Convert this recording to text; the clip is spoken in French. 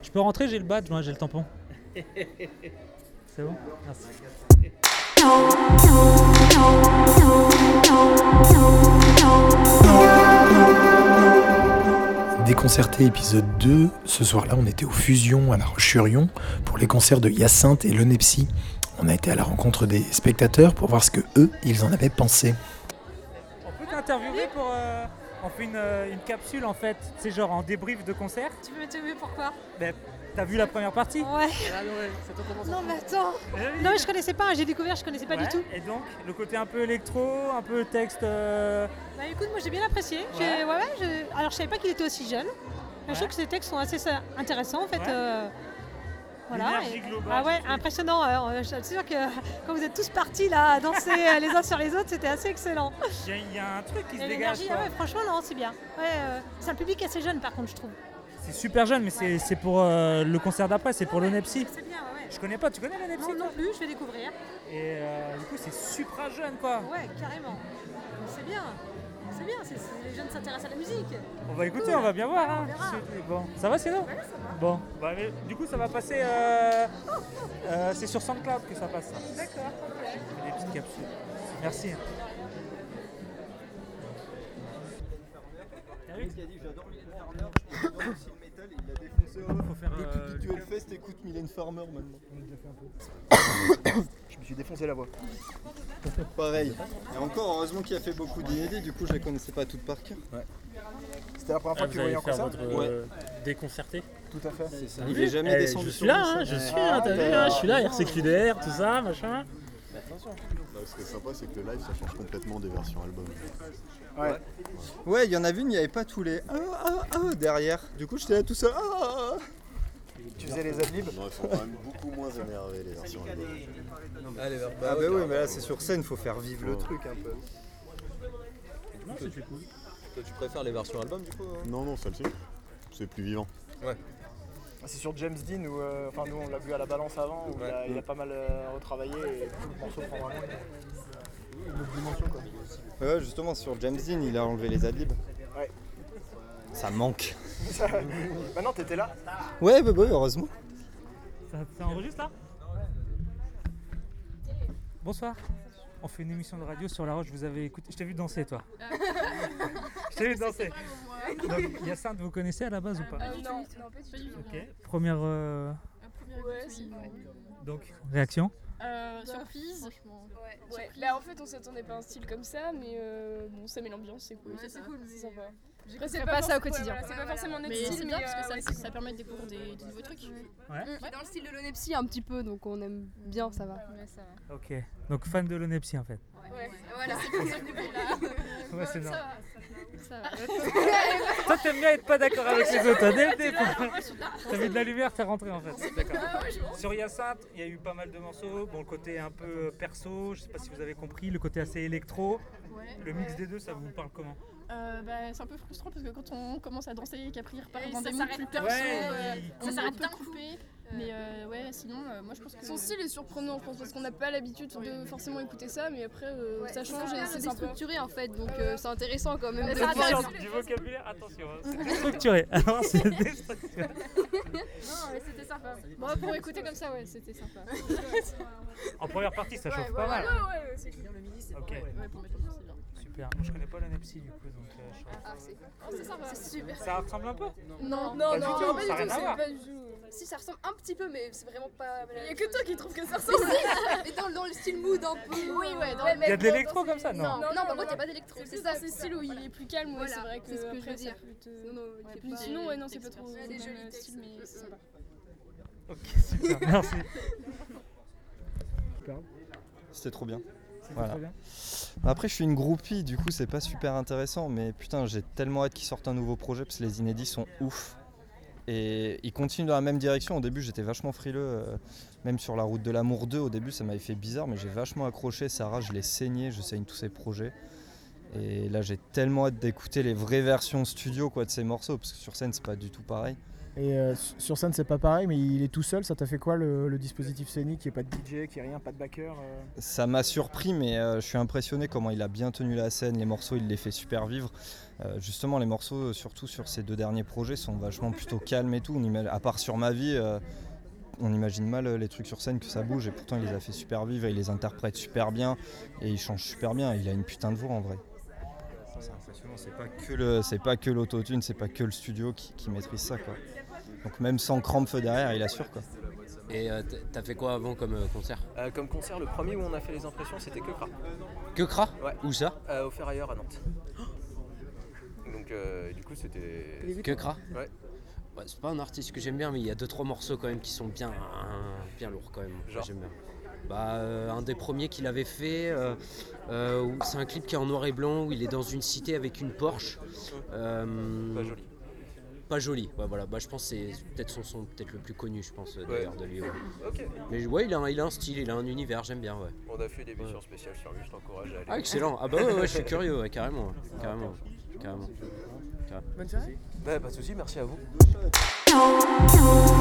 Je peux rentrer, j'ai le badge, moi j'ai le tampon. C'est bon? Merci. Déconcerté épisode 2, ce soir-là on était aux Fusions à La Roche-sur-Yon pour les concerts de Hyacinthe et Lonepsy. On a été à la rencontre des spectateurs pour voir ce que eux, ils en avaient pensé. On peut t'interviewer pour... on fait une capsule en fait, c'est genre en débrief de concert. Tu peux m'interviewer pourquoi? T'as vu la première partie? Ouais. Non mais attends. Non mais je connaissais pas, j'ai découvert, je connaissais pas du tout. Et donc, le côté un peu électro, un peu texte... Bah écoute, moi j'ai bien apprécié. Alors je savais pas qu'il était aussi jeune. Je trouve que ses textes sont assez intéressants en fait. Voilà. L'énergie globale. Ah ouais, impressionnant. Je suis sûre que quand vous êtes tous partis là à danser les uns sur les autres, c'était assez excellent. Il y a un truc qui se Et dégage. l'énergie, ouais, franchement non, c'est bien. Ouais, c'est un public assez jeune par contre, je trouve. C'est super jeune, mais c'est pour le concert d'après, c'est pour Lonepsy. C'est bien, ouais. Je connais pas, tu connais Lonepsy? Non plus, je vais découvrir. Et du coup, c'est super jeune quoi. Ouais, carrément. C'est bien. C'est bien, les jeunes s'intéressent à la musique. On va écouter, on va bien voir. Hein. On verra. Bon, ça va sinon? Ouais, ça va. Bon, mais, du coup, ça va passer. C'est sur SoundCloud que ça passe. D'accord, ok. Des petites capsules. Merci. Qui a dit j'adore Mylène Farmer, j'adore aussi le métal et il a défoncé. Faut faire Depuis Duel Fest, écoute Mylène Farmer maintenant. On a déjà fait un peu. Je me suis défoncé la voix. Pareil. Et encore, heureusement qu'il a fait beaucoup d'inédits, du coup je les connaissais pas toutes par cœur. Ouais. C'était la première fois que tu voyais encore ça? Ouais. Déconcerté. Tout à fait. C'est ça. Oui. Il est jamais descendu je sur suis là, le hein, sol. je suis là, t'as vu, hein, je suis là, RCQDR, tout ça, machin. Là, ce qui est sympa, c'est que le live, ça change complètement des versions album. Ouais. Ouais, il y en avait une, il n'y avait pas tous les derrière. Du coup, j'étais là tout seul. Tu faisais les adlibs? Non, ils sont quand même beaucoup moins énervés, les versions album. Ah bah oui, mais là c'est sur scène, faut faire vivre le truc un peu. Non, c'était cool. Toi, tu préfères les versions album du coup? Non, celle-ci, c'est plus vivant. Ouais. C'est sur James Dean où, nous on l'a vu à la balance avant, où il a pas mal retravaillé et tout le morceau prend vraiment une autre dimension quoi. Ouais, justement sur James Dean, il a enlevé les adlibs. Ouais. Ça manque. Maintenant t'étais là? Ouais, heureusement. Ça enregistre là? Bonsoir. On fait une émission de radio sur La Roche, vous avez écouté. Je t'ai vu danser toi. Je t'ai vu danser. Donc Hyacinthe, vous connaissez à la base ou pas? Non, pas du tout. Ok. Première. Ouais, si. Donc, réaction? Surprise. Ouais. Bah en fait on s'attendait pas à un style comme ça, mais bon ça met l'ambiance, c'est cool. Ouais, c'est cool, c'est sympa. Après, c'est pas ça au quotidien. C'est pas forcément notre Mais style, c'est bien parce que ouais, ça permet de découvrir des nouveaux trucs. Dans le style de Lonepsy un petit peu, donc on aime bien, ça va. Ouais, ça va. Ok. Donc fan de Lonepsy en fait. Ouais. Voilà, c'est pour ça qu'on est là. Ouais, c'est normal. Ça va. Toi t'aimes bien être pas d'accord avec les autres, hein, dès le départ. T'as vu de la lumière, t'es rentré en fait. D'accord. Sur Hyacinthe, il y a eu pas mal de morceaux. Bon, le côté un peu perso, je sais pas si vous avez compris, le côté assez électro. Le mix des deux, ça vous parle comment? C'est un peu frustrant parce que quand on commence à danser et qu'après il repart dans ça des moods s'arrête plus perso, ça on s'arrête un peu d'un coupé. Mais sinon, moi je pense que... Son style est surprenant, je pense, parce qu'on n'a pas l'habitude de forcément écouter ça, mais après ça change et c'est déstructuré en fait, donc c'est intéressant quand même. Attention, du vocabulaire, attention. C'est déstructuré. Alors c'est déstructuré. Non, mais c'était sympa. Bon, pour écouter comme ça, ouais, c'était sympa. En première partie, ça chauffe pas mal. Ouais, c'est clair. Ok. Ouais, pour mettre l'ambiance, c'est bien. Super. Moi, je connais pas Lonepsy du coup, donc C'est sympa. C'est super. ça ressemble un peu. Non, Pas du tout, pas ça a rien du tout, à c'est voir. pas du tout. Si, ça ressemble un petit peu, mais c'est vraiment pas. Il y a que toi qui trouve que ça ressemble. Et dans le style mood un peu. Oui, ouais. Il y a de l'électro comme ça? Non, par contre, il n'y a pas d'électro. C'est ça, c'est style où il est plus calme, Voilà, c'est vrai que c'est ce que je veux après, dire. ça peut te- Non, Ouais, il puis fait sinon, pas- ouais, non, c'est pas trop des le jolis même textes, style, mais c'est sympa. Ok, super. Merci. C'était trop bien. C'était Voilà. trop bien. Après, je suis une groupie, du coup, c'est pas super intéressant, mais putain, j'ai tellement hâte qu'ils sortent un nouveau projet parce que les inédits sont ouf. Et ils continuent dans la même direction. Au début, j'étais vachement frileux, même sur La Route de l'Amour 2. Au début, ça m'avait fait bizarre, mais j'ai vachement accroché. Sarah, je l'ai saigné, je saigne tous ses projets. Et là, j'ai tellement hâte d'écouter les vraies versions studio quoi, de ces morceaux, parce que sur scène, c'est pas du tout pareil. Et sur scène, c'est pas pareil, mais il est tout seul. Ça t'a fait quoi le dispositif scénique? Il n'y a pas de DJ, qu'il n'y a rien, pas de backer Ça m'a surpris, mais je suis impressionné comment il a bien tenu la scène. Les morceaux, il les fait super vivre. Justement, les morceaux, surtout sur ces 2 derniers projets, sont vachement plutôt calmes et tout. À part sur ma vie, on imagine mal les trucs sur scène que ça bouge, et pourtant il les a fait super vivre, et il les interprète super bien, et il change super bien. Il a une putain de voix en vrai. C'est impressionnant, c'est pas que l'autotune, c'est pas que le studio qui maîtrise ça, quoi. Donc même sans crampe derrière, il assure, quoi. Et t'as fait quoi avant comme concert? Comme concert, le premier où on a fait les impressions, c'était Quecra. Quecra? Ouais. Où ça? Au Ferrailleur à Nantes. Donc du coup c'était... Quecra? Ouais. Ouais, c'est pas un artiste que j'aime bien, mais il y a 2-3 morceaux quand même qui sont bien lourds quand même. Genre. J'aime bien. Un des premiers qu'il avait fait, c'est un clip qui est en noir et blanc où il est dans une cité avec une Porsche. Pas joli. Pas joli, ouais, voilà. Je pense que c'est peut-être son son peut-être le plus connu, je pense, d'ailleurs, de lui. Ouais. Ok. Mais ouais, il a un style, il a un univers, j'aime bien, ouais. On a fait des émissions spéciales sur lui, je t'encourage à aller. Ah, excellent. Ah bah ouais, je suis curieux, ouais, carrément. Bonne soirée. Pas de soucis, merci à vous.